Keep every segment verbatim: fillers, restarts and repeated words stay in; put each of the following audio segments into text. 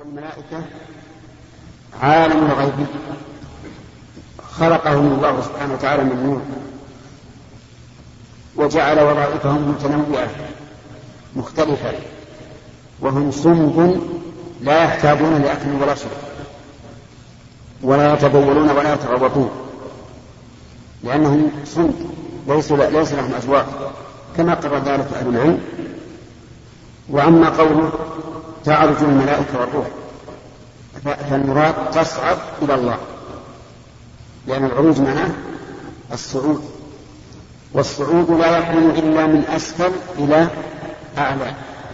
الملائكة عالم الغيب خلقهم الله سبحانه وتعالى من نور، وجعل وظائفهم متنوعة مختلفة، وهم صمد لا يحتاجون لأكل ولا شرب، ولا يتبولون ولا يتغوطون، لأنهم صمد ليس ليس لهم أزواج كما قرر ذلك أهل العلم. وأما قوله تعرج الملائكة والروح، فالمراد تصعد إلى الله، لأن العروج معناه الصعود، والصعود لا يكون إلا من أسفل إلى أعلى،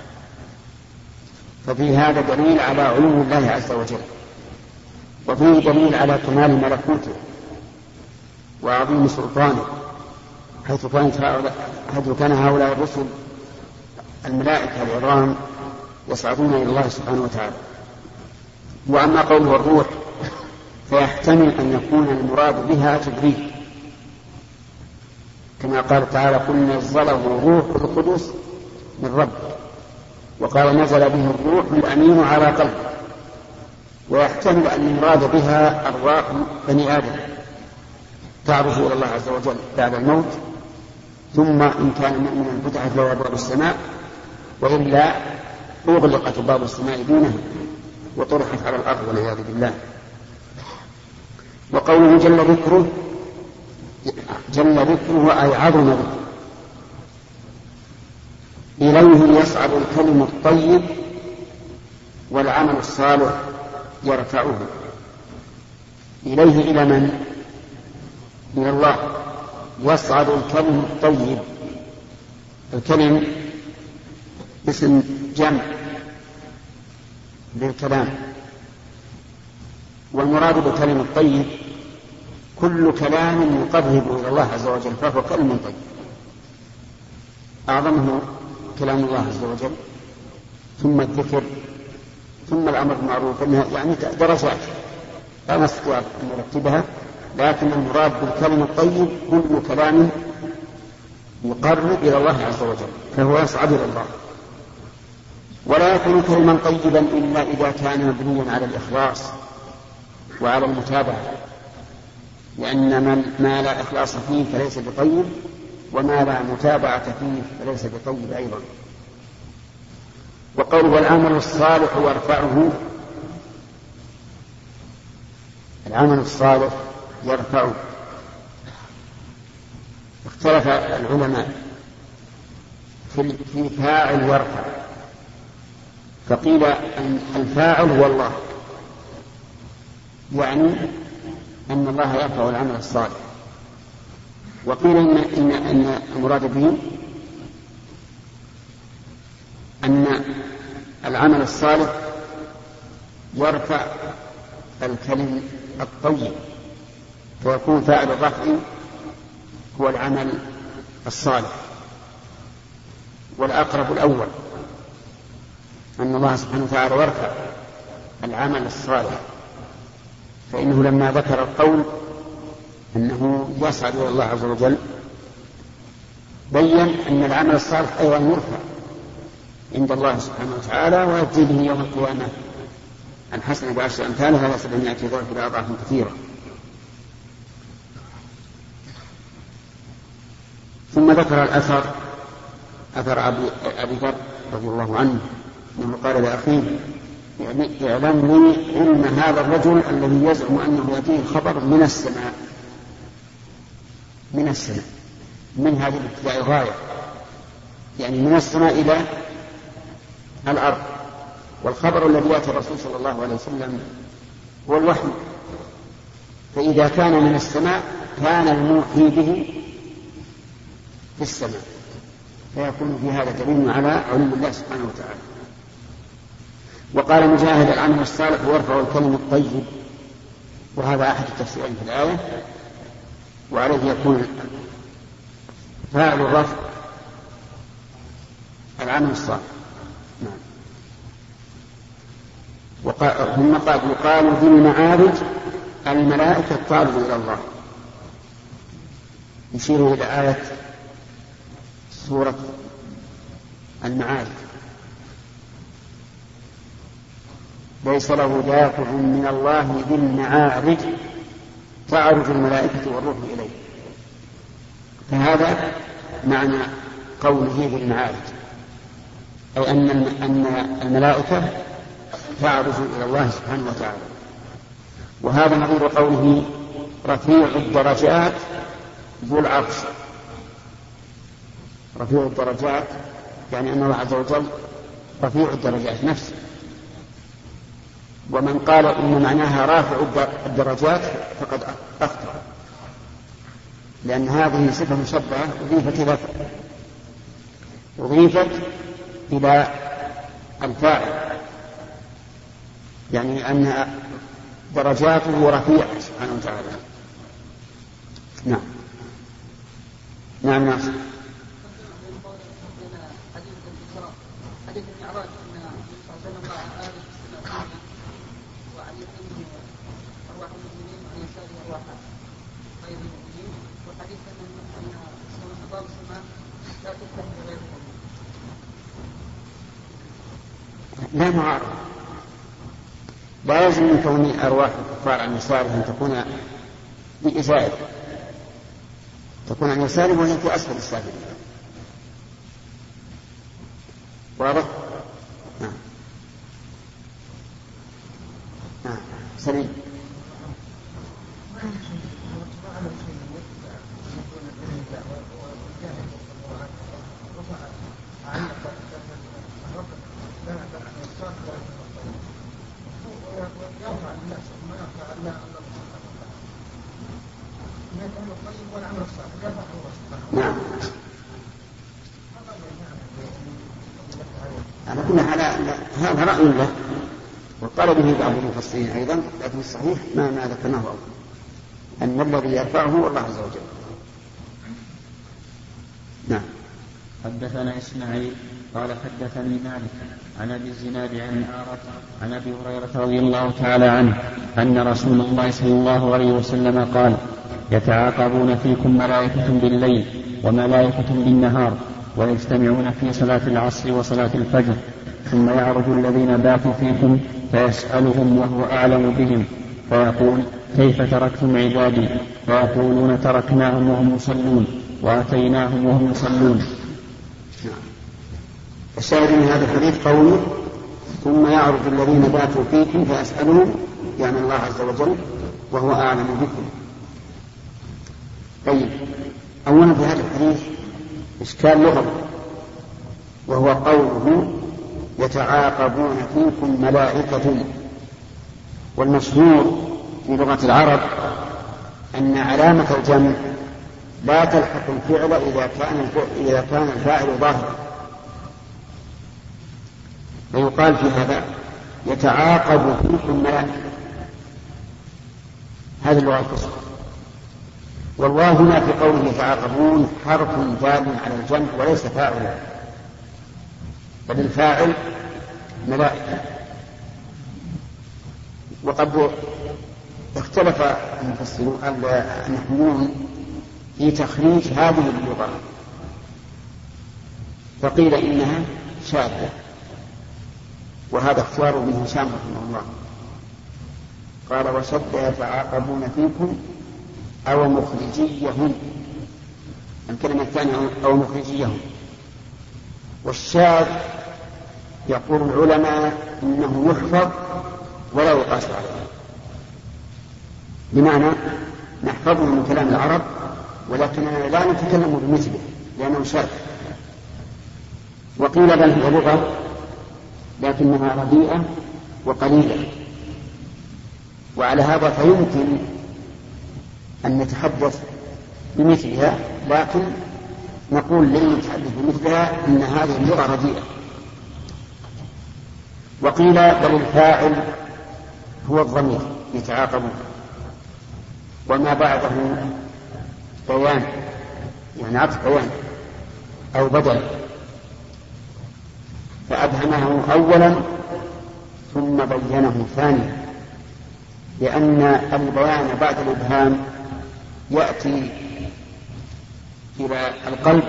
ففي هذا دليل على علو الله عز وجل، وفيه دليل على كمال ملكوته وعظيم سلطانه، حيث كان هؤلاء الرسل الملائكة العظام يصعدون إلى الله سبحانه وتعالى. وأما قوله الروح فيحتمل أن يكون المراد بها جبريل، كما قال تعالى قل نزله روح القدس من رب، وقال نزل به الروح الأمين على قلبه. ويحتمل أن المراد بها أرواح بني آدم تعرج إلى الله عز وجل بعد الموت، ثم إن كان مؤمنا فتحت له أبواب السماء، وإلا أغلقت باب السماء دونه وطرحت على الأرض والعياذ بالله. وقوله جل ذكره، جل ذكره أي عظم ذكره، إليه يصعد الكلم الطيب والعمل الصالح يرفعه. إليه إلى من؟ إلى الله. يصعد الكلم الطيب، الكلم اسم جمع للكلام، والمراد بالكلم الطيب كل كلام يقرب إلى الله عز وجل فهو كلم طيب. أعظمه كلام الله عز وجل، ثم الذكر، ثم الأمر بالمعروف، يعني درجات لا نستطيع أن نرتبها، لكن المراد بالكلم الطيب كل كلام يقرب إلى الله عز وجل فهو يصعد إلى الله. ولا يكون كلما طيبا إلا إذا كان مبنيا على الإخلاص وعلى المتابعة، لأن ما لا إخلاص فيه فليس بطيب، وما لا متابعة فيه فليس بطيب أيضا. وقوله والعمل الصالح يرفعه، العمل الصالح يرفعه. اختلف العلماء في فاعل يرفع، فقيل أن الفاعل هو الله، يعني أن الله يرفع العمل الصالح. وقيل إن, إن, إن المراد به أن العمل الصالح يرفع الكلم الطيب، فيكون فاعل الرفع هو العمل الصالح. والأقرب الأول أن الله سبحانه وتعالى يرفع العمل الصالح، فإنه لما ذكر القول أنه يصعد إلى الله عز وجل بين أن العمل الصالح أيضا يرفع عند الله سبحانه وتعالى، ويأتي به يوم القيامة عن حسنة بعشر أمثالها إلى سبعمائة ضعف إلى أضعاف كثيرة. ثم ذكر الأثر، أثر أبي ذر رضي الله عنه أنه قال لأخيه يعني اعلمني علم هذا الرجل الذي يزعم أنه يأتيه الخبر من السماء، من السماء، من هذه الابتداء غاية، يعني من السماء إلى الأرض. والخبر الذي يأتي الرسول صلى الله عليه وسلم هو الوحي، فإذا كان من السماء كان الموحي به في السماء، فيكون في هذا دليل على علم الله سبحانه وتعالى. وقال مجاهد العمل الصالح يرفع الكلم الطيب، وهذا أحد التفسيرين في الآية، وعليه يكون فاعل الرفع العمل الصالح. نعم. ثم قال يقال في المعارج الملائكة تعرج إلى الله، يشير إلى آية سورة المعارج. ليس له دافع من الله ذي المعارج تعرج الملائكة والروح إليه. فهذا معنى قوله ذي المعارج، أي أن أن الملائكة تعرج إلى الله سبحانه وتعالى. وهذا نظير قوله رفيع الدرجات ذو العرش. رفيع الدرجات يعني أن الله عز وجل رفيع الدرجات نفسه. ومن قال إن معناها رافع الدرجات فقد أخطأ، لأن هذه صفة مشبهة أضيفت إلى أضيفت إلى الفاعل، يعني أن درجاته رفيعة سبحانه وتعالى. نعم نعم نعم. لا معارضة، لا يلزم من كون أرواح الكفار عن يساره أن تكون بإزائه، تكون عن يساره وهي في أسفل السافلين. واضح؟ نعم نعم. سليم. نعم. على كل حال هذا رأي له وقال به بعض المفسرين أيضا، لكن الصحيح ما ما ذكرناه أولا أن الذي يرفعه هو الله عز وجل. نعم. حدثنا إسماعيل قال حدثني مالك عن أبي الزناد عن أعرج عن أبي هريرة رضي الله تعالى عنه أن رسول الله صلى الله عليه وسلم قال: يتعاقبون فيكم ملائكة بالليل وملائكة بالنهار، ويجتمعون في صلاة العصر وصلاة الفجر، ثم يعرج الذين باتوا فيكم فيسألهم وهو أعلم بهم فيقول: كيف تركتم عبادي؟ فيقولون: تركناهم وهم يصلون وأتيناهم وهم يصلون. الشاهد من هذا الحديث قوله: ثم يعرج الذين باتوا فيكم فيسألهم، يعني الله عز وجل، وهو أعلم بكم. طيب، أولا في هذا الحديث إشكال لغوي، وهو قوله: يتعاقبون فيكم ملائكة. والمشهور في لغة العرب أن علامة الجمع لا تلحق الفعل إذا كان إذا كان الفاعل ظاهرا، ويقال في هذا: يتعاقب فيكم ملائكة. هذه اللغة الفصحى. والله هنا في قوله يتعاقبون حرف دال على الجمع وليس فاعلا، بل الفاعل ملائكة. وقد اختلف المفسرون النحويون في تخريج هذه اللغة، فقيل إنها شاذة، وهذا اختيار ابن هشام رحمه الله. قال: وشد يتعاقبون فيكم أو مخرجيهم، الكلمة الثانية أو مخرجيهم. والشاذ يقول العلماء إنه يحفظ ولا يقاس عليه، بمعنى نحفظه من كلام العرب ولكننا لا نتكلم بمثله لأنه شاذ. وقيل بل هو لغة لكنها رديئة وقليلة، وعلى هذا فيمكن أن نتحدث بمثلها، لكن نقول لن نتحدث بمثلها إن هذه اللغة رديئة. وقيل بل الفاعل هو الضمير يتعاقبون، وما بعده بيان، يعني عطف بيان أو بدل، فأبهمه أولا ثم بينه ثانيا، لأن البيان بعد الإبهام يأتي إلى القلب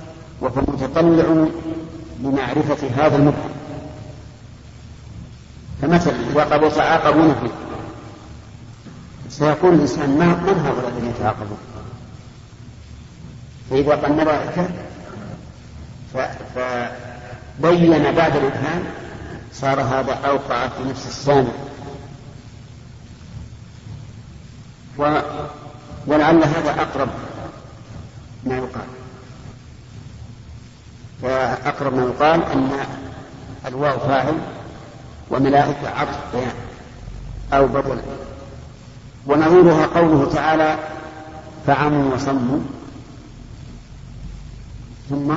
وهو متطلع لمعرفة هذا المبهم، فمثلا إذا قد يتعاقبون فيه سيقول الإنسان من هؤلاء الذين يتعاقبون؟ فإذا قال الملائكة فبين بعد الإبهام صار هذا أوقع في نفس السامع، و... ولعل هذا أقرب ما يقال، فأقرب ما يقال أن الواو فاعل وملائكة عطف بيان أو بدل. ونظيرها قوله تعالى فعموا وصموا ثم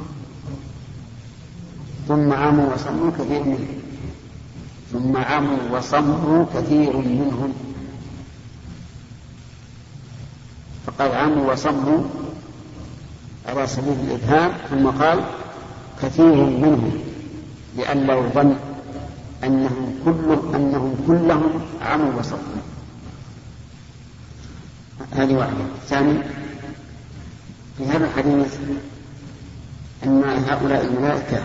ثم عموا وصموا كثير منهم ثم عموا وصموا كثير منهم فقال عموا وصموا على سبيل الإبهام، ثم قال كثير منهم لئلا يظن أنهم كل أنهم كلهم عموا وصموا. هذه واحدة. ثاني، في هذا الحديث أن هؤلاء الملائكة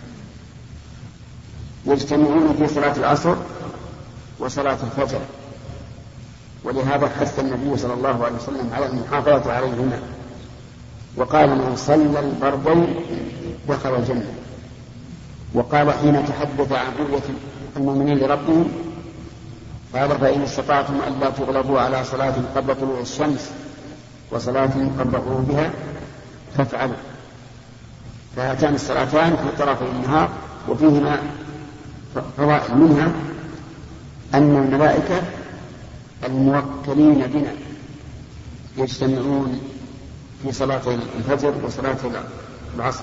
يجتمعون في صلاة العصر وصلاة الفجر، ولهذا حث النبي صلى الله عليه وسلم على المحافظة عليهما، وقال من صلى البردين دخل الجنة. وقال حين تحدث عن رؤية المؤمنين لربهم قال فإن استطعتم ألا تغلبوا على صلاة قبل طلوع الشمس وصلاة قبل غروبها فافعلوا. فهاتان الصلاتان في طرفي النهار وفيهما فوائد، منها أن الملائكة الموكلين بنا يجتمعون في صلاة الفجر وصلاة العصر.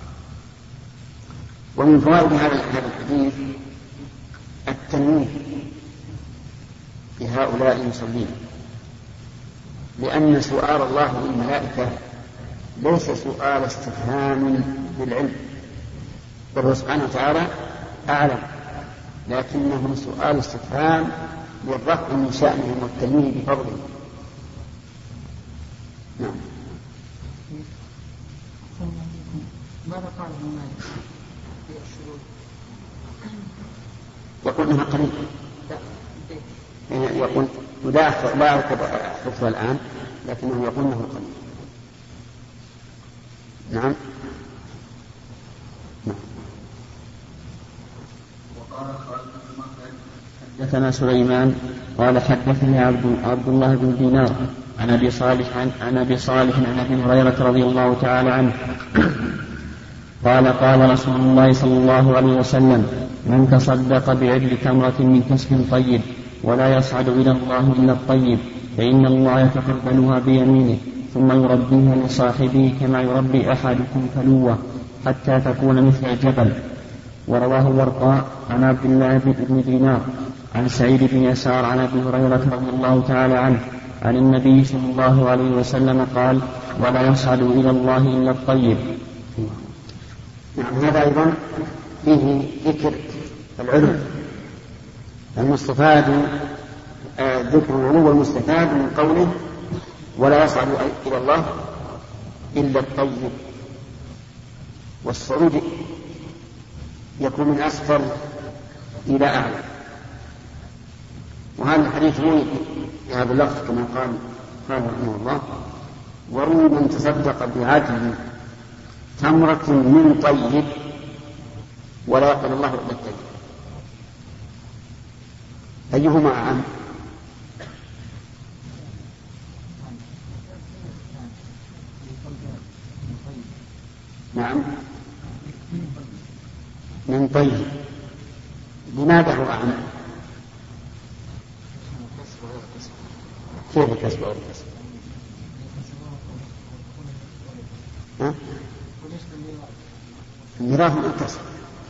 ومن فوائد هذا الحديث التنويه بهؤلاء المصلين، لأن سؤال الله للملائكة ليس سؤال استفهام بالعلم، بل سبحانه وتعالى أعلم، لكنه سؤال استفهام للرفع من شأنهم والتنويه بفضله. نعم. ماذا قال ابن مالك في الشروط؟ يقول انها قريب، يقول لا لا أركب حفظها الآن، لكنه يقول انه قريب. نعم. نعم. حدثنا سليمان قال حدثني عبد, عبد الله بن دينار عن ابي صالح عن, عن ابي صالح عن ابي هريره رضي الله تعالى عنه قال قال رسول الله صلى الله عليه وسلم من تصدق بعدل تمرة من كسب طيب ولا يصعد إلى الله إلا الطيب فإن الله يتقبلها بيمينه ثم يربيها لصاحبه كما يربي أحدكم فلوة حتى تكون مثل الجبل. ورواه ورقاء عن عبد الله بن دينار عن سعيد بن يسار عن ابي هريره رضي الله تعالى عنه عن النبي صلى الله عليه وسلم قال ولا يصعد الى الله الا الطيب. نعم. هذا ايضا فيه ذكر العلو المستفاد، آه ذكر العلو المستفاد من قوله ولا يصعد الى الله الا الطيب. والصعود يكون من أسفل إلى أعلى. وهذا الحديث روي بهذا اللفظ كما قال قال رحمه الله وروي من تصدق بعدل تمرة من طيب ولا يقبل الله إلا الطيب. أيهما أعم؟ نعم من طيب. لماذا هو أعم؟ كيف الكسب أو الكسب؟ ها؟ الميراث من الكسب.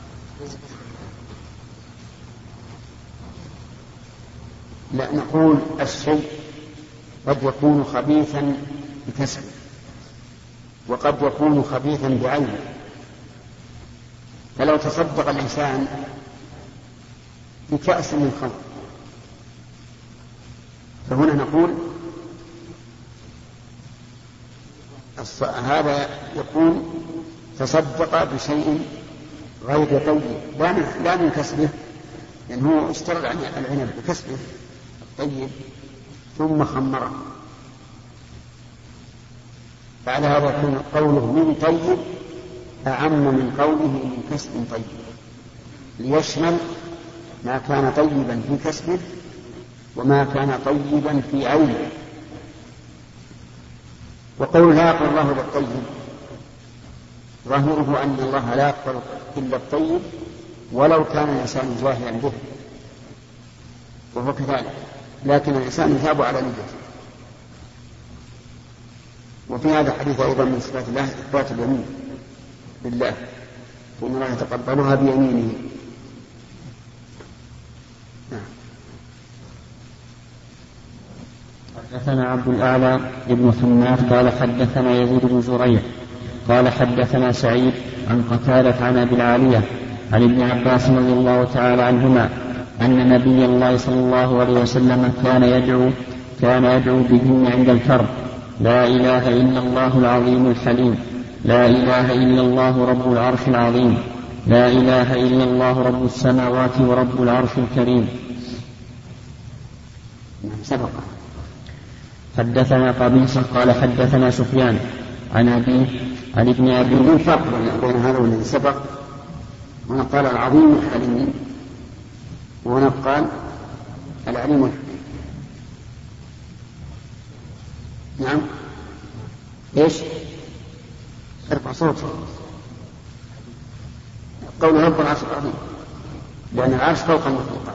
لا، نقول الشيء قد يكون خبيثا بكسب وقد يكون خبيثا بعينه. فلو تصدق الإنسان بكأس من خمر فهنا نقول هذا يكون تصدق بشيء غير طيب لا من كسبه لأنه يعني اشترط عن العنب بكسبه الطيب ثم خمره، فعلى هذا يكون قوله من طيب أعم من قوله من كسب طيب، ليشمل ما كان طيبا في كسبه وما كان طيبا في عينه. وقول لا يقبل الله إلا الطيب ظاهره أن الله لا يقبل إلا الطيب ولو كان الإنسان جاهلا به، وهو كذلك، لكن الإنسان يثاب على نيته. وفي هذا الحديث أيضا من صفات الله إثبات اليمين بالله، وإن الله يتقبلها بيمينه. حدثنا عبد الأعلى بن حماد قال حدثنا يزيد بن زريع قال حدثنا سعيد عن قتادة عن أبي العالية عن ابن عباس رضي الله تعالى عنهما أن نبي الله صلى الله عليه وسلم كان يدعو كان يدعو بهن عند الكرب: لا إله إلا الله العظيم الحليم، لا إله إلا الله رب العرش العظيم، لا إله إلا الله رب السماوات ورب العرش الكريم. سبق. حدثنا قبيصة قال حدثنا سفيان عن أبيه عن ابن أبي. من فرق بين هذا والذي سبق؟ هنا قال العظيم الحليم وهنا قال العليم الحليم. نعم. ايش؟ ارفع صوتك. قول رب العرش العظيم، لأن العرش فوق المخلوقات.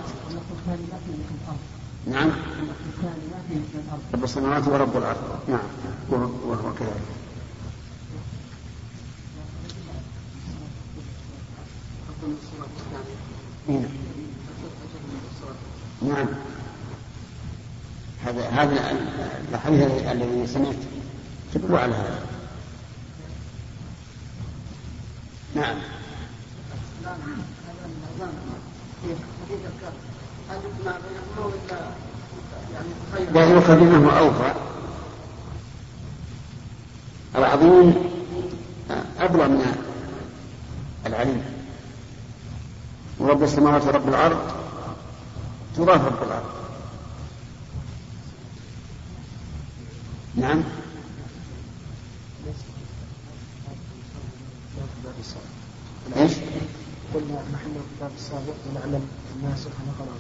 نعم. رب السماوات ورب العرش. نعم، وهو كذلك. نعم. هذا هذا الحديث الذي سمعت تدل على هذا. نعم. لا يؤخذ منه أوفى. العظيم أبلغ من العليم، ورب السماوات ورب الأرض تضاف رب الأرض. نعم. ايش؟ قلنا نحن الكتاب السابق ونعلم الناس سبحانه وتعالى.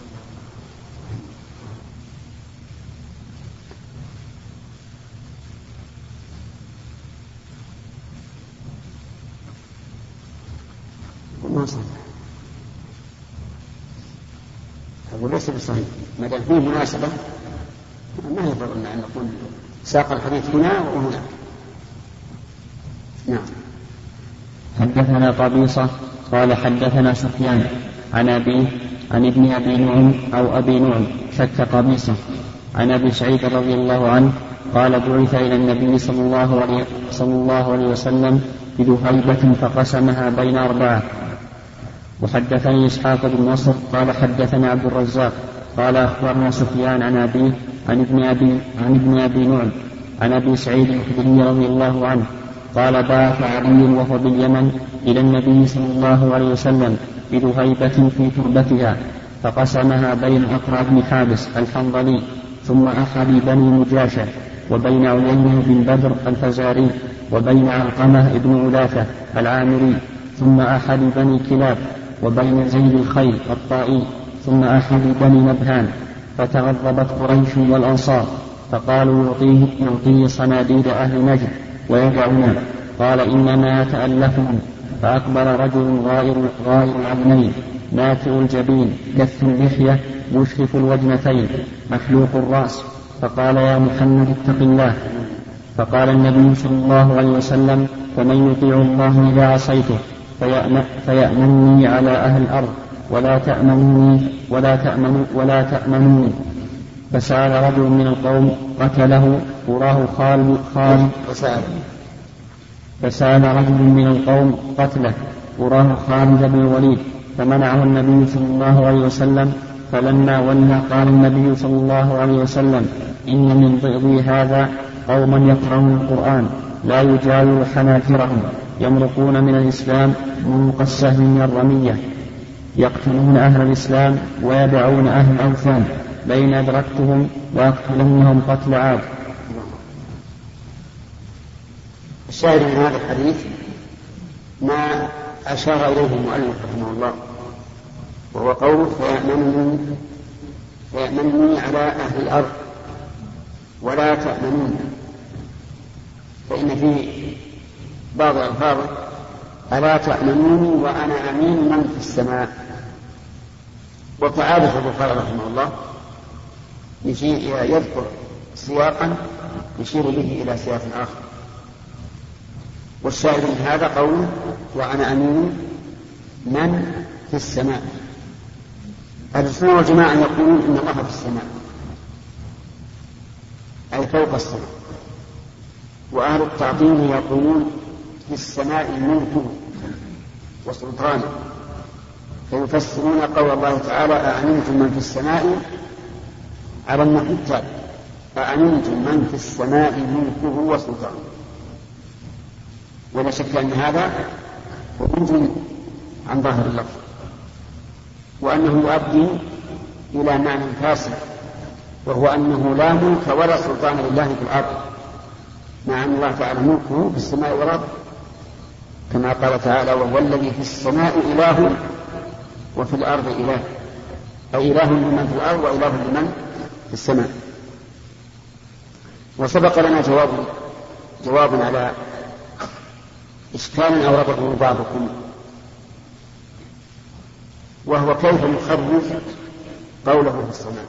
ما صحيح، هذا ليس بصحيح. ما دام فيه مناسبة ما يضر أن نقول ساق الحديث هنا وهنا. نعم. حدثنا قبيصة قال حدثنا سفيان عن أبيه عن ابن أبي نعم أو أبي نعم شك قبيصة عن أبي سعيد رضي الله عنه قال: بعث إلى النبي صلى الله عليه, صلى الله عليه وسلم بذهيبة فقسمها بين أربعة. وحدثني إسحاق بن نصر قال حدثنا عبد الرزاق قال أخبرنا سفيان عن أبيه عن ابن أبي, عن ابن أبي نعم عن أبي سعيد الخدري رضي الله عنه قال: بعث علي وهو باليمن إلى النبي صلى الله عليه وسلم بذهيبة في تربتها فقسمها بين أقرع بن حابس الحنظلي ثم أحد بني مجاشة وبين عيينة بن بدر الفزاري وبين علقمة بن علاثة العامري ثم أحد بني كلاب وبين زيد الخيل الطائي ثم أحد بني نبهان. فتغضبت قريش والأنصار فقالوا: يعطيه, يعطيه صناديد أهل نجد ويدعونه. قال: إنما يتألفهم. فأقبل رجل غائر, غائر العينين ناتئ الجبين كث اللحية مشرف الوجنتين محلوق الرأس فقال: يا محمد اتق الله. فقال النبي صلى الله عليه وسلم: ومن يطيع الله إذا عصيته فيأمن فيأمنني على أهل الأرض ولا تأمنوني ولا تأمنوا ولا تأمنوني. فسأل رجل من القوم قتله وراه خالد خالد فسأل رجل من القوم قتله وراه خالد بن الوليد فمنعه النبي صلى الله عليه وسلم. فلما ولى قال النبي صلى الله عليه وسلم: إن من ضئضي هذا قوما يقرؤون القرآن لا يجاور حناجرهم يمرقون من الإسلام مروق السهم من الرمية. يقتلون أهل الإسلام ويدعون أهل الأوثان بين أدركتهم وأقتلنهم قتل عاد. الشاهد من هذا الحديث ما أشار إليه المؤلف رحمه الله، وهو قوله فيأمنني, فيأمنني على أهل الأرض ولا تأمنون، فإن في بعض الألفاظ ألا تأمنوني وأنا أمين من في السماء. وكعادة البخاري رحمه الله يذكر سياقا يشير به إلى سياق آخر، والشاهد من هذا قوله وأنا أمين من في السماء. أهل السنة والجماعة يقولون إن الله في السماء أي فوق السماء، وأهل التعظيم يقولون في السماء ملكه وسلطانه، فيفسرون قول الله تعالى أأمنتم من في السماء على النحو التالي أأمنتم من في السماء ملكه وسلطانه. ولا شك أن هذا خروج عن ظاهر اللفظ، وأنه يؤدي إلى معنى فاسد، وهو أنه لا ملك ولا سلطان لله في الأرض، مع أن الله تعالى ملكه في السماء والأرض، كما قال تعالى وهو الذي في السماء إله وفي الأرض إله، أي إله لمن في الأرض وإله لمن في السماء. وسبق لنا جواب جواب على إشكال أورده بعضكم، وهو كيف نخرج قوله في السماء،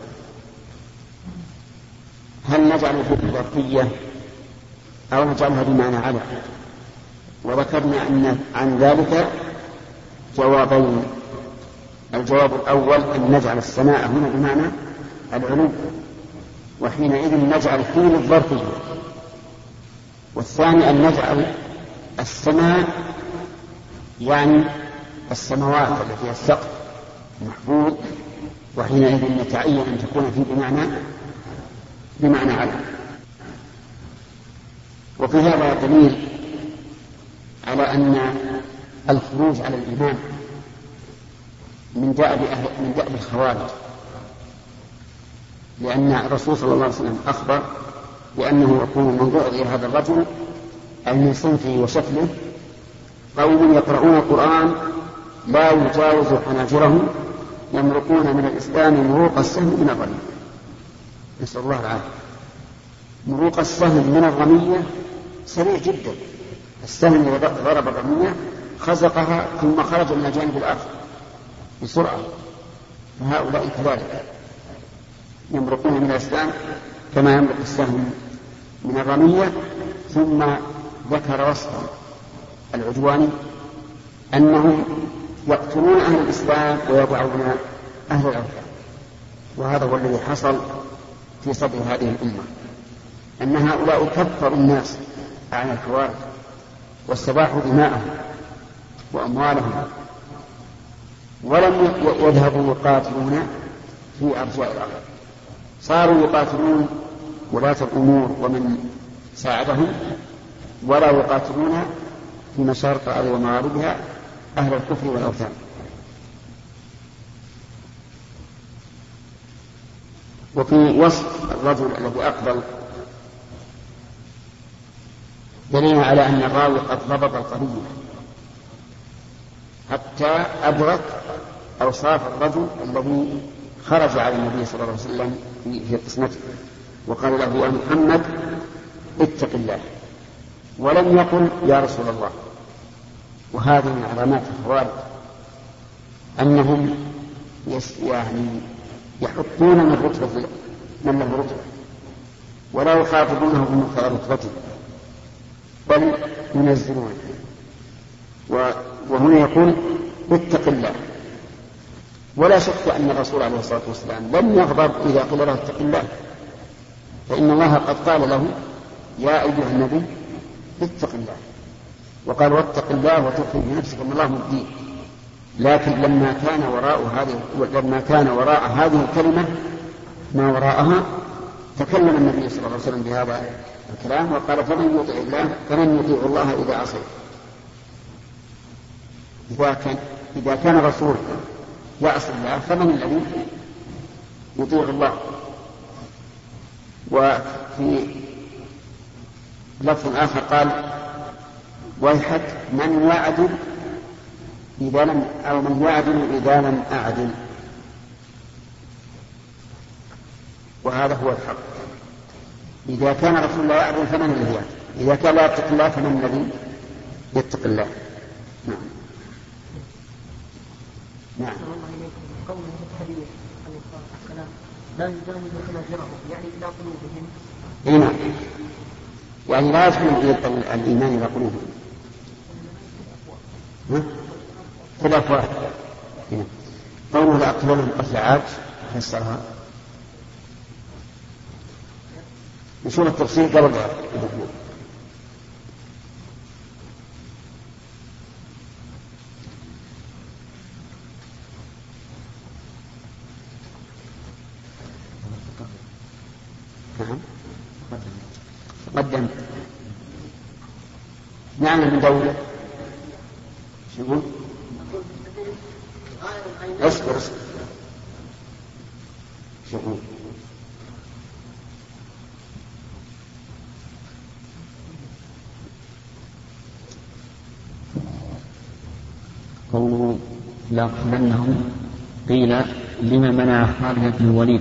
هل نجعل في الظرفية أو نجعلها بمعنى على؟ وذكرنا أن عن ذلك جوابين. الجواب الأول أن نجعل السماء هنا بمعنى العلو، وحينئذ نجعل فيه الظرفية. والثاني أن نجعل السماء يعني السماوات التي فيها السقف محفوظ، وحينئذ نتعين أن تكون فيه بمعنى بمعنى على. وفي هذا دليل على أن الخروج على الإمام من دأب من دأب الخوارج، لأن الرسول صلى الله عليه وسلم أخبر بأنه يكون من بعد هذا الرجل أي من صنفه وشكله قوم يقرؤون القرآن لا يجاوز حناجرهم يمرقون من الإسلام مروق السهم من الرمية. نسأل الله العافية. مروق السهم من الرمية سريع جدا، السهم إذا ضرب الرمية خزقها ثم خرج من الجانب الآخر بسرعة. فهؤلاء كذلك يمرقون من الإسلام كما يمرق السهم من الرمية. ثم ذكر وصفا العدواني أنهم يقتلون أهل الإسلام ويضعون أهل الأوثان. وهذا هو الذي حصل في صدر هذه الأمة، أن هؤلاء كفروا الناس عن الخوارج واستباحوا دماءهم وأموالهم، ولم يذهبوا يقاتلون في أرجاء الأرض، صاروا يقاتلون ولاة الأمور ومن ساعدهم، ولا يقاتلون في مشارق الأرض ومغاربها أهل الكفر والأوثان. وفي وصف الرجل الذي أقبل دليل على أن الراوي قد ضبط القضية حتى أدرك أوصاف الرجل الذي خرج على النبي صلى الله عليه وسلم في قسمته وقال له يا محمد اتق الله، ولم يقل يا رسول الله. وهذه من علامات الخوارج أنهم يعني يحطون من رتبة من له رتبة ولا يخاطبونه بمقتضى رتبته بل ينزلونه. وهنا يقول اتق الله، ولا شك أن الرسول عليه الصلاة والسلام لم يغضب إذا قيل له اتق الله، فإن الله قد قال له يا أيها النبي اتق الله، وقال واتق الله وتخفي في نفسك ان الله مبديه. لكن لما كان وراء هذه لما كان وراء هذه الكلمة ما وراءها تكلم النبي صلى الله عليه وسلم بهذا الكلام وقال فمن يطيع الله فمن يطيع الله إذا عصى. إذا كان إذا كان الرسول يعصي الله فمن الذي يطيع الله؟ وفي لفظ آخر قال ويحك من يعدل إذا لم أو من يعدل إذا لم أعدل. وهذا هو الحق. إذا كان رسول الله يعدل فمن الذي يعدل؟ إذا كان لا يتق الله فمن الذي يتق الله؟ نعم. نعم. قوله في الحديث عليه الصلاة والسلام لا يجاوز حناجرهم يعني إلى قلوبهم. إيه نعم. يعني لا يدخل الإيمان إلى قلوبهم في الأفواه. قوله لأقتلنهم قتل عاد فسرها نشوف التفسير قبل الدخول. نعم تقدم نعم من دولة شو اصبر اصبر شو قوله لأقتلنهم قيل لما منع خالد بن الوليد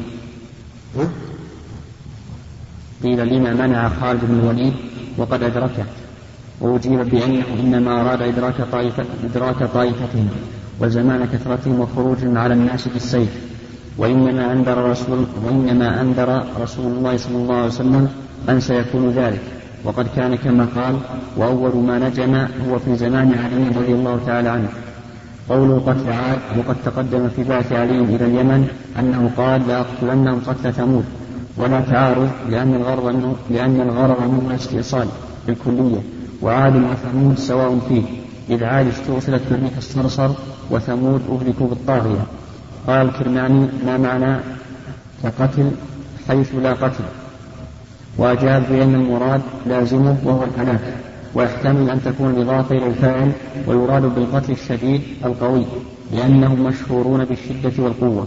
قيل لما منع خالد بن الوليد وقد أدركه، وأجيب بأنه إنما أراد إدراك طائفة إدراك طائفتهم وزمان كثرتهم وخروجهم على الناس بالسيف، وإنما أنذر رسول وإنما أنذر رسول الله صلى الله عليه وسلم أن سيكون ذلك، وقد كان كما قال وأول ما نجم هو في زمان علي رضي الله تعالى عنه. قوله قتل عاد وقد تقدم في بعث علي إلى اليمن أنه قال لأقتلنهم قتل ثمود، ولا تعارض لأن الغرض منه لأن الغرض منه الاستئصال بالكلية، وعاد وثمود سواء فيه، إذ عاد استؤصلت بالريح الصرصر وثمود أهلكوا بالطاغية. قال الكرماني ما معنى كقتل حيث لا قتل، وأجاب بأن المراد لازمه وهو الهلاك، ويحتمل أن تكون الإضافة إلى الفاعل ويراد بالقتل الشديد القوي لأنهم مشهورون بالشدة والقوة.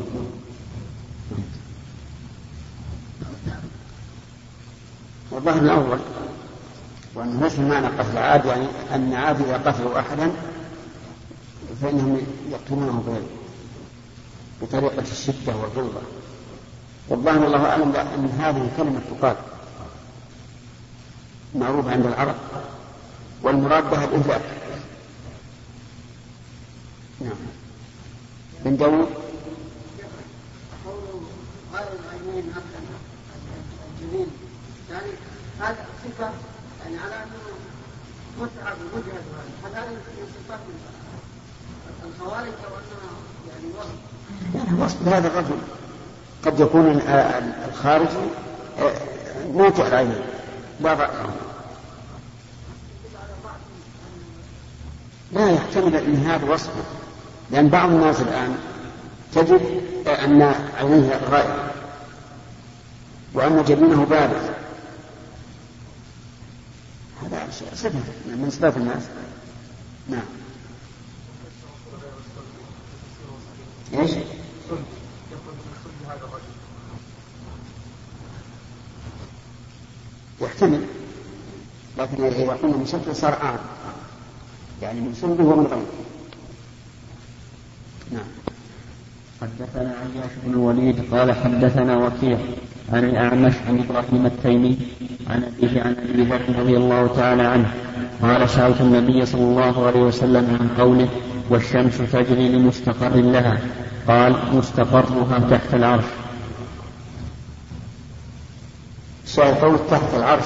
والله الأول وأنه ليس معنى قتل عاد يعني أن عاد إذا قتلوا أحدا فإنهم يقتلونه بطريقة الشدة والغلظة. والله والله أعلم أن هذه الكلمة تقال معروفة عند العرب والمراد بها الإهلاك. نعم. من داود يعني هذا صفة يعني على أنه متعب ومجهد، هذا من صفات الخوارج أو أنها يعني وصف يعني وصف هذا الرجل قد يكون الخارجي موت العين لا رأيه، لا يحتمل أن هذا وصفه، لأن بعض الناس الآن تجد أن عينيه غائب وأن جبينه بارز، هذا صفة من صفات الناس. نعم. ايش؟ يحتمل، لكن إذا قلنا من شكل صار أعظم يعني من سلبه ومن غيره. نعم. حدثنا عياش بن الوليد قال حدثنا وكيع عن الأعمش عن إبراهيم التيمي عن أبيه عن أبي بكر رضي الله تعالى عنه قال سألت النبي صلى الله عليه وسلم عن قوله والشمس تجري لمستقر لها، قال مستقرها تحت العرش. سيقول تحت العرش،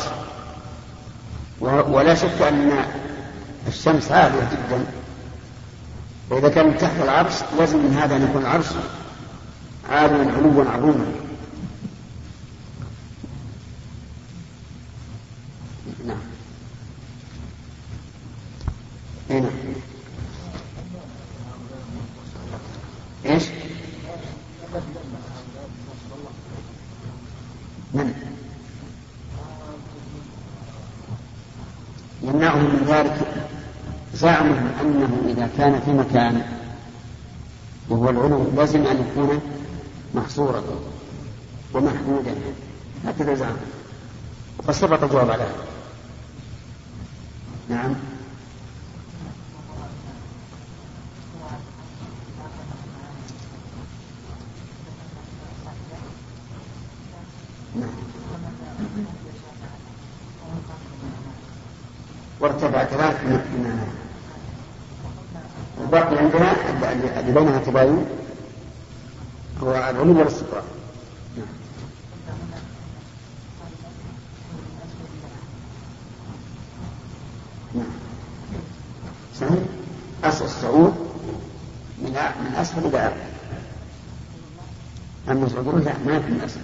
ولا شك أن الشمس عالية جدا، وإذا كان تحت العرش لازم من هذا أن يكون العرش عاليا علوا عظيما. نعم. هنا ايش؟ من يمنعهم من ذلك؟ زعمهم أنه إذا كان في مكان وهو العلو لازم أن يكون محصورا ومحدودا، هكذا زعم، وقد سبق الجواب على هذا. نعم. وارتفع كذلك من الباقي عندنا اللي بينها تباين هو العلو والاستقرار. نعم. صحيح. أصل الصعود من من أسفل إلى أعلى، أما الصعود لا ما في من أسفل،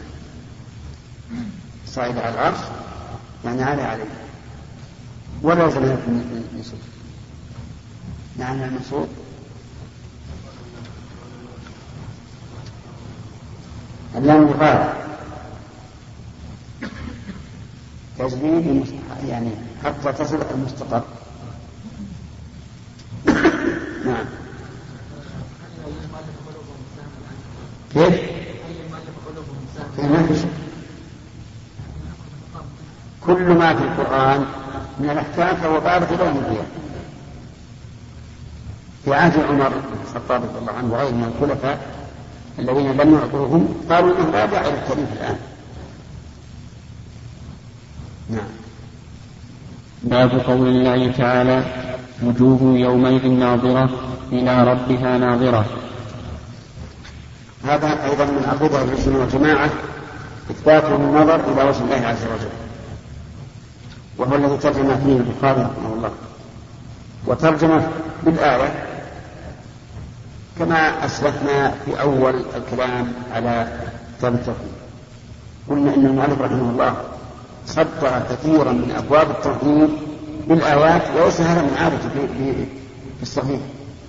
صعد على العرش يعني على عليه ولا يلزم يكون يصعد. نعم المصعود اللام يقال تجريد يعني حتى تصل المستقر. نعم. كيف؟ كل ما في القرآن من الأحكام فهو بارد لهم فيها. في عهد عمر بن الخطاب رضي الله عنه وغيره من الخلفاء الذين لم يعطوهم قالوا انه لا داعي للتأليف الآن. نعم. باب قول الله تعالى وجوه يومئذ ناظرة إلى ربها ناظرة. هذا أيضا من عقيدة أهل السنة والجماعة إثبات النظر إلى وجه الله عز وجل، وهو الذي ترجم فيه البخاري رحمه الله، وترجم بالآية كما أسلفنا في أول الكلام على تلتقي. قلنا إن المؤلف رحمه الله صدر كثيرا من أبواب التوحيد بالآيات، وليس هذا من عادته في الصحيح،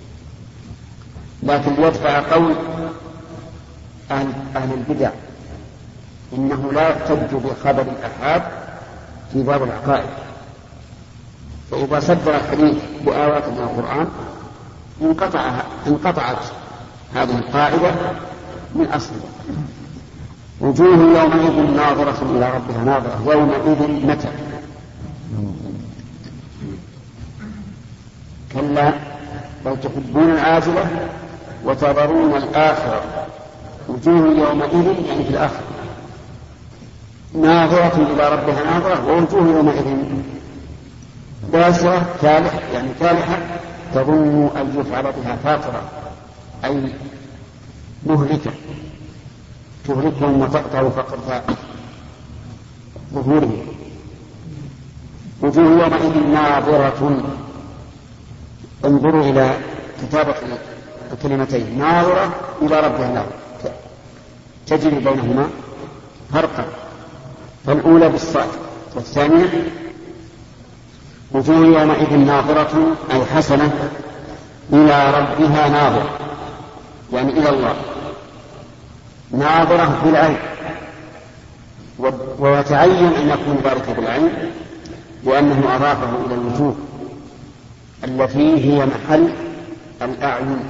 لكن يدفع قول أهل, أهل البدع إنه لا يحتج بخبر الآحاد في باب العقائد، فإذا صدر الحديث بآيات من القرآن انقطع انقطعت هذه القاعدة من أصلها. وجوه يومئذ ناظرة إلى ربها ناظرة. يومئذ متى؟ كلا بل تحبون العاجلة وتذرون الآخرة. وجوه يومئذ يعني في الآخرة ناظرة إلى ربها ناظرة، ووجوه يومئذ باسرة كالح يعني كالحة تظن أن يفعل بها فاقرة أي مهلكة تهلكهم وتقطع فقر ظهورهم. وجوه يومئذ ناظرة. انظروا إلى كتابة الكلمتين ناظرة إلى ربها ناظرة تجري بينهما فرقا، فالأولى بالصاد والثانية وجوه يومئذ ناظرة أي حسنة إلى ربها ناظرة يعني إلى الله ناظرة بالعين، ويتعين أن يكون ذلك بالعين لأنه أضافه إلى الوجوه التي هي محل الأعين.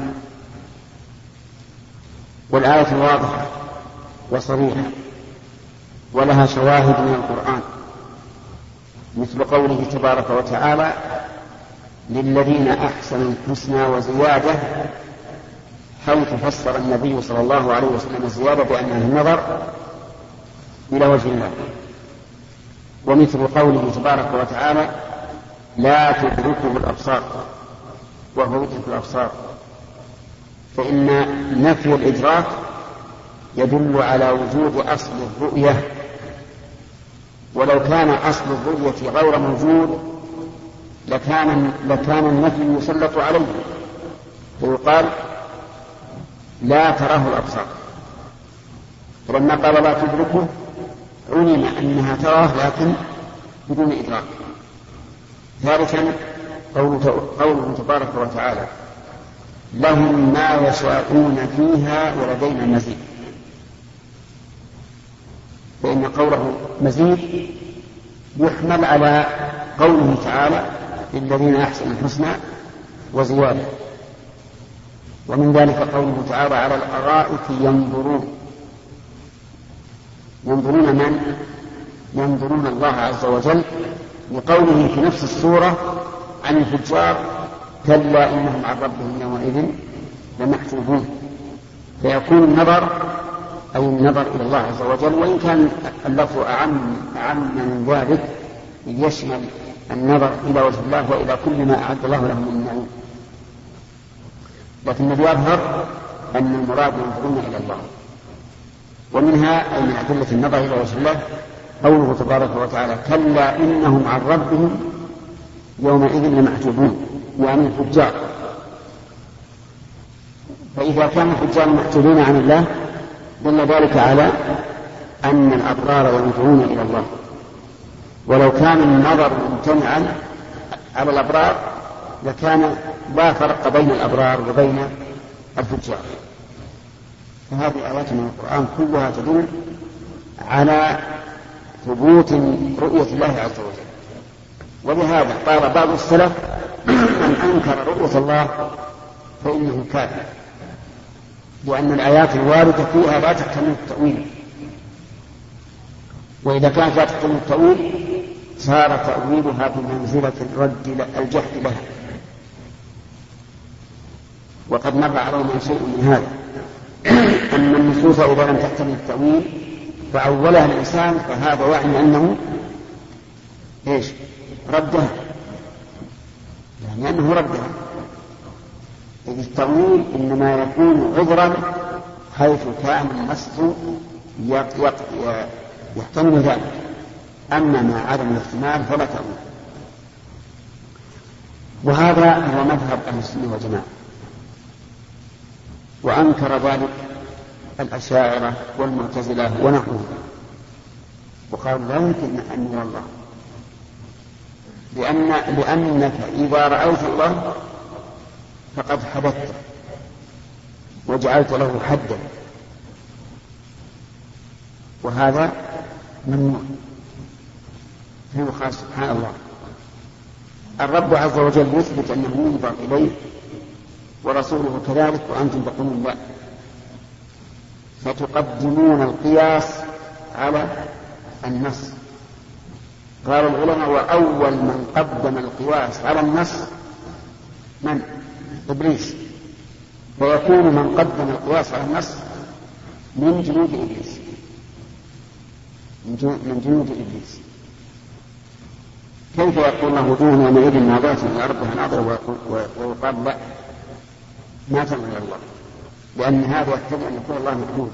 والآية واضحة وصريحة ولها شواهد من القرآن، مثل قوله تبارك وتعالى للذين أحسنوا الحسنى وزيادة، حيث فسر النبي صلى الله عليه وسلم الزيادة بأنها النظر إلى وجه الله. ومثل قوله تبارك وتعالى لا تدركه الأبصار وهو يدرك الأبصار، فإن نفي الإدراك يدل على وجود أصل الرؤية، ولو كان أصل الرؤية غير موجود لكان, لكان النفي يسلط عليه ويقال لا تراه الأبصار، فلما قال لا تدركه علم أنها تراه لكن بدون إدراك. ثالثا قوله تبارك وتعالى لهم ما يشاءون فيها ولدينا مزيد، فإن قوله مزيد يحمل على قوله تعالى للذين أحسنوا الحسنى وزيادة، ومن ذلك قوله تعالى على الأرائك ينظرون. ينظرون من؟ ينظرون الله عز وجل، لقوله في نفس السورة عن الفجار كلا إنهم عن ربهم يومئذ لمحجوبون. فيكون النظر أي النظر إلى الله عز وجل، وإن كان اللفظ أعم, أعم من ذلك يشمل النظر إلى وجه الله وإلى كل ما أعد الله لهم من النعيم، لكن الذي يظهر أن المراد ينظرون إلى الله. ومنها أي من أدلة النظر إلى وجه الله قوله تبارك وتعالى كلا إنهم عن ربهم يومئذ لمحجوبون، يعني الفجار. فإذا كان الفجار محجوبون عن الله دل ذلك على أن الأبرار ينظرون إلى الله، ولو كان النظر ممتنعا على الأبرار لكان لا فرق بين الأبرار وبين الفجار. فهذه آيات من القرآن كلها تدل على ثبوت رؤية الله عز وجل. ولهذا قال بعض السلف من أنكر رؤية الله فإنه كافر، لأن الآيات الواردة فيها لا تحتمل التأويل، وإذا كانت لا تحتمل التأويل صار تأويلها بمنزلة الرد الجحد لها. وقد مر علينا شيء من هذا، أن النصوص إذا لم تحتمل التأويل فأولها الإنسان فهذا يعني أنه إيش؟ ردها، يعني أنه ردها. إذ التأويل إنما يكون عذرا حيث كان النص يحتمل ذلك، أما مع عدم الاحتمال فلا تأويل. وهذا هو مذهب أهل السنة والجماعة، وأنكر ذلك الأشاعرة والمعتزلة ونحوهم، وقالوا لا يمكن أن يرى الله، لأن لأنك إذا رأيت الله فقد حدثت وجعلت له حدا، وهذا ممنوع. فهو سبحان الله الرب عز وجل يثبت أنه ينظر إليه ورسوله كذلك، وأنتم تقولون لا، فتقدمون القياس على النص. قال العلماء وأول من قدم القياس على النص من؟ إبليس. فيكون من قدم القياس على النص من جنود إبليس، من جنود إبليس. كيف يقول له وجوه يومئذ ناظرة إلى ربها ناظرة ويقال لا ما تنظر إلى الله، لأن هذا يقتضي أن يكون الله محمود.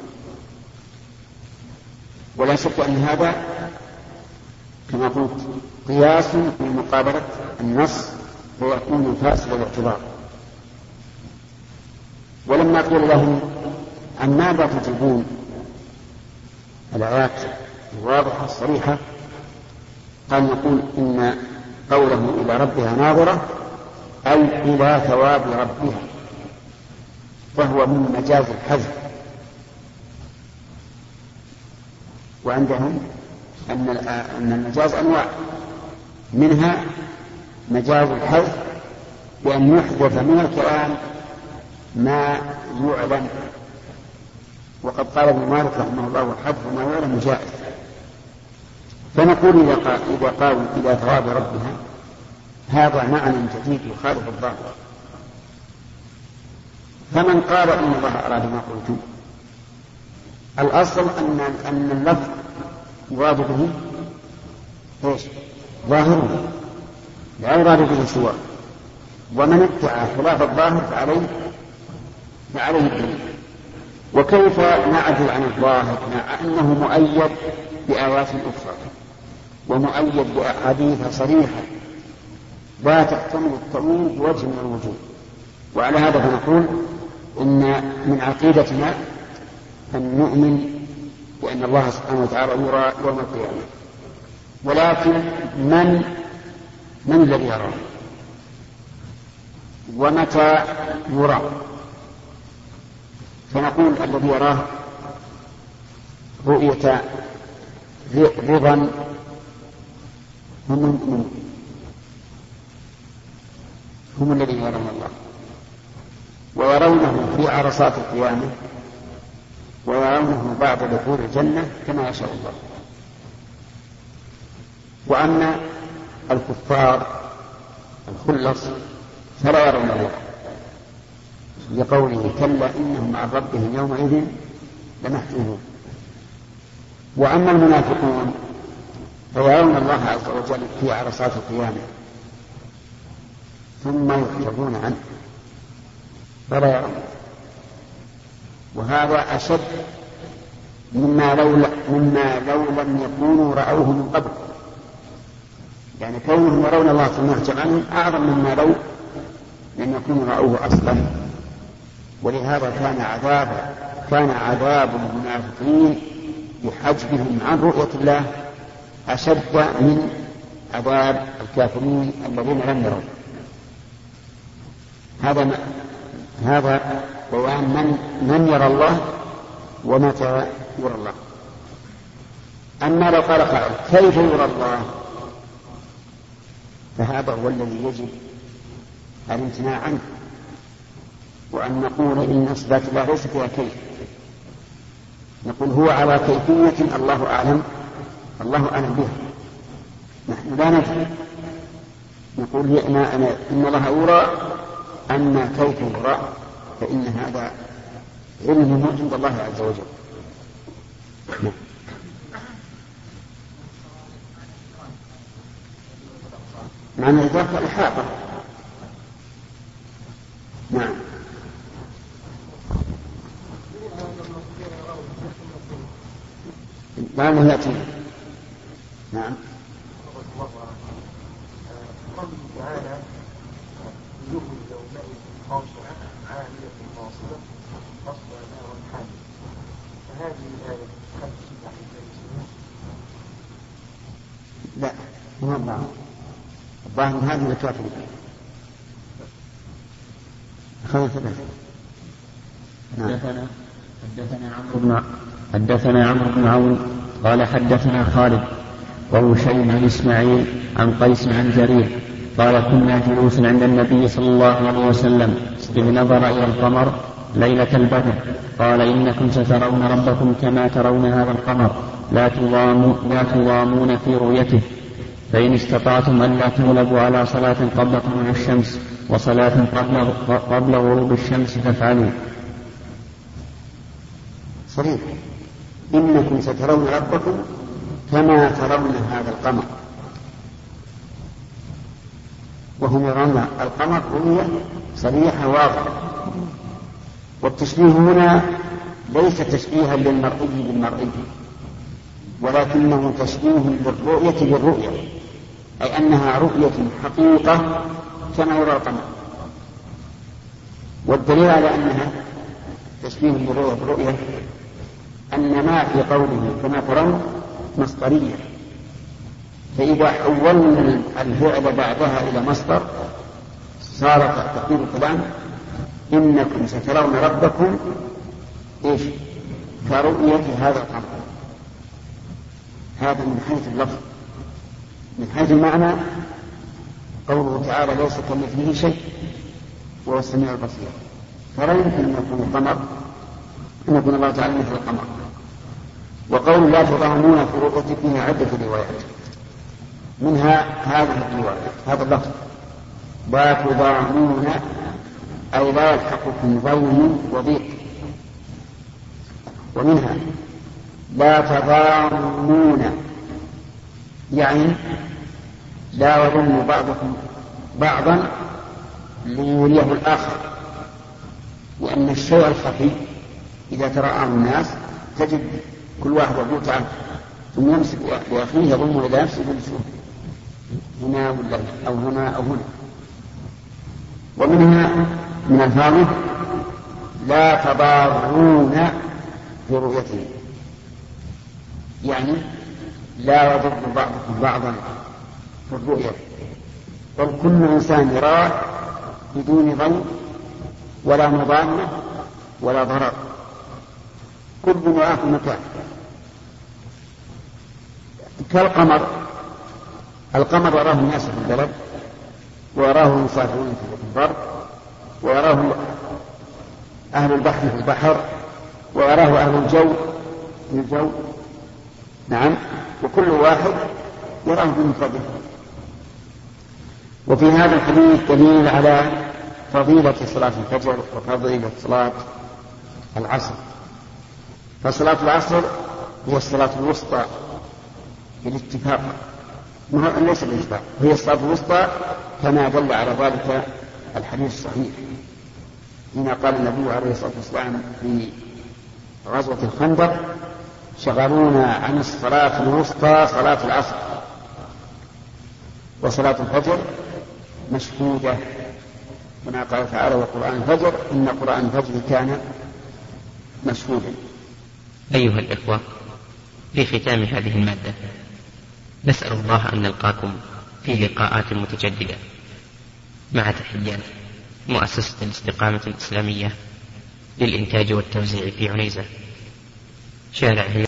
ولا شك أن هذا كما قلت قياس في مقابلة النص ويكون فاسد الاعتبار. ولما قيل لهم عن ماذا تجيبون الآيات الواضحة الصريحة، قال نقول إن قوله إلى ربها ناظرة أي إلى ثواب ربها، فهو من مجاز الحذف. وعندهم أن المجاز أنواع، منها مجاز الحذف بأن يحذف من الكلام ما يعلم، وقد قال ابن مالك رحمه الله الحذف ما يعلم جائز. فنقول إذا قالوا إلى ثواب ربها هذا معنى جديد يخالف الظاهر. فمن قال إن الله أراد ما قلت، الأصل أن أن اللفظ يراد به إيش؟ ظاهره، لا يراد به سواه. ومن ادعى خلاف الظاهر فعليه فعليه الدليل. وكيف نعدل عن الظاهر مع أنه مؤيد بآيات أخرى ومؤيد بأحاديث صريحة لا تحتمل التأويل بوجه من الوجوه؟ وعلى هذا فنقول إن من عقيدتنا أن نؤمن بأن الله سبحانه وتعالى يرى يوم القيامة، ولكن من من الذي يراه ومتى يرى؟ فنقول الذي يراه رؤية رضا هم المؤمنون، هم الذين يرون الله. ويرونه في عرصات القيامة، ويرونه بعد دخول الجنة كما يشاء الله. وأما الكفار الخلص فلا يرون الله، لقوله كلا إنهم عن ربهم يومئذ لمحجوبون. وأما المنافقون فيرون الله عز وجل في عرصات القيامة ثم يحجبون عنه فلا يرون، وهذا أشد مما لو, مما لو لم يكونوا رأوه من قبل. يعني كونهم يرون الله ثم يحجب عنهم أعظم مما لو لم يكونوا رأوه أصلا. ولهذا كان عذاب كان عذاب المنافقين بحجبهم عن رؤية الله أشد من عذاب الكافرين الذين لم يروا. هذا هذا بيان من من يرى الله ومتى يرى الله. أما لو قال قائل كيف يرى الله، فهذا هو الذي يجب الامتناع عنه، وأن نقول إن إثبات الله ليس فيها كيف. نقول هو على كيفية الله أعلم الله أعلم بها، نحن لا ندري. نقول إن الله يرى، أما كيف يرى فإن هذا علمه عند الله عز وجل. معنى الإضافة الإحاطة. نعم. معنى يأتي. نعم. قوله تعالى يوم يومئذ خاشعة عاملة ناصبة تصلى نارا حامية، فهذه الآية هل تصح عن المسلمين؟ لا، هو الظاهر الظاهر هذه الكافرين. خلنا ثلاثة. حدثنا حدثنا عمرو بن حدثنا عمرو بن عون قال حدثنا خالد وهشيم عن إسماعيل عن قيس عن جرير قال كنا جلوسا عند النبي صلى الله عليه وسلم إذ نظر إلى القمر ليلة البدر قال إنكم سترون ربكم كما ترون هذا القمر لا تضاموا لا تضامون في رؤيته، فإن استطعتم ألا تغلبوا على صلاة قبل طلوع الشمس وصلاة قبل قبل غروب الشمس فافعلوا. صحيح، إنكم سترون ربكم كما ترون هذا القمر، وهم يرون القمر رؤية صريحة واضحة. والتشبيه هنا ليس تشبيها للمرئي بالمرئي، ولكنه تشبيه للرؤية بالرؤية، أي أنها رؤية حقيقة كما يرى القمر. والدليل على أنها تشبيه للرؤية بالرؤية أن ما في قوله كما ترون مصدرية، فإذا حولنا الفعل بعدها إلى مصدر صار تقدير الكلام إنكم سترون ربكم إيش كرؤية هذا القمر. هذا من حيث اللفظ. من حيث المعنى قوله تعالى ليس كمثله شيء وهو السميع البصير، فلا يمكن أن يكون القمر أن يكون الله تعالى مثل القمر. وقول لا تضامون في رؤيته فيها عدة روايات، منها هذه الرواية هذا اللفظ لا تضامون أي لا يلحقكم ضيم وضيق، ومنها لا تضامون يعني لا يضم بعضكم بعضا ليوليه الآخر، وأن الشيء الخفي إذا تراءى الناس تجد كل واحد يبوت عنه ثم يمسك بأخيه يضم إلى نفسه بالسوء هنا ولا أو هنا أو هنا. ومنها من الفاظه لا تضارون في رؤيته، يعني لا يضر بعضكم بعضا في الرؤية، بل كل إنسان يراه بدون ضيم ولا مضامة ولا ضرر، كل يراه في مكان. كالقمر، القمر يراه الناس في البلد ويراه المسافرون في البر ويراه أهل البحر في البحر، ويراه أهل الجو في الجو. نعم، وكل واحد يراه بمفرده. وفي هذا الحديث دليل على فضيلة صلاة الفجر وفضيلة صلاة العصر. فصلاة العصر هي الصلاة الوسطى بالاتفاق، ليس بالاتفاق، هي الصلاة الوسطى كما دل على ذلك الحديث الصحيح حين قال النبي عليه الصلاة والسلام في غزوة الخندق: شغلونا عن الصلاة الوسطى صلاة العصر. وصلاة الفجر مشهودة كما قال تعالى: وقرآن الفجر إن قرآن الفجر كان مشهودا. أيها الإخوة، في ختام هذه المادة نسأل الله أن نلقاكم في لقاءات متجددة، مع تحيات مؤسسة الاستقامة الإسلامية للإنتاج والتوزيع في عنيزة، شارع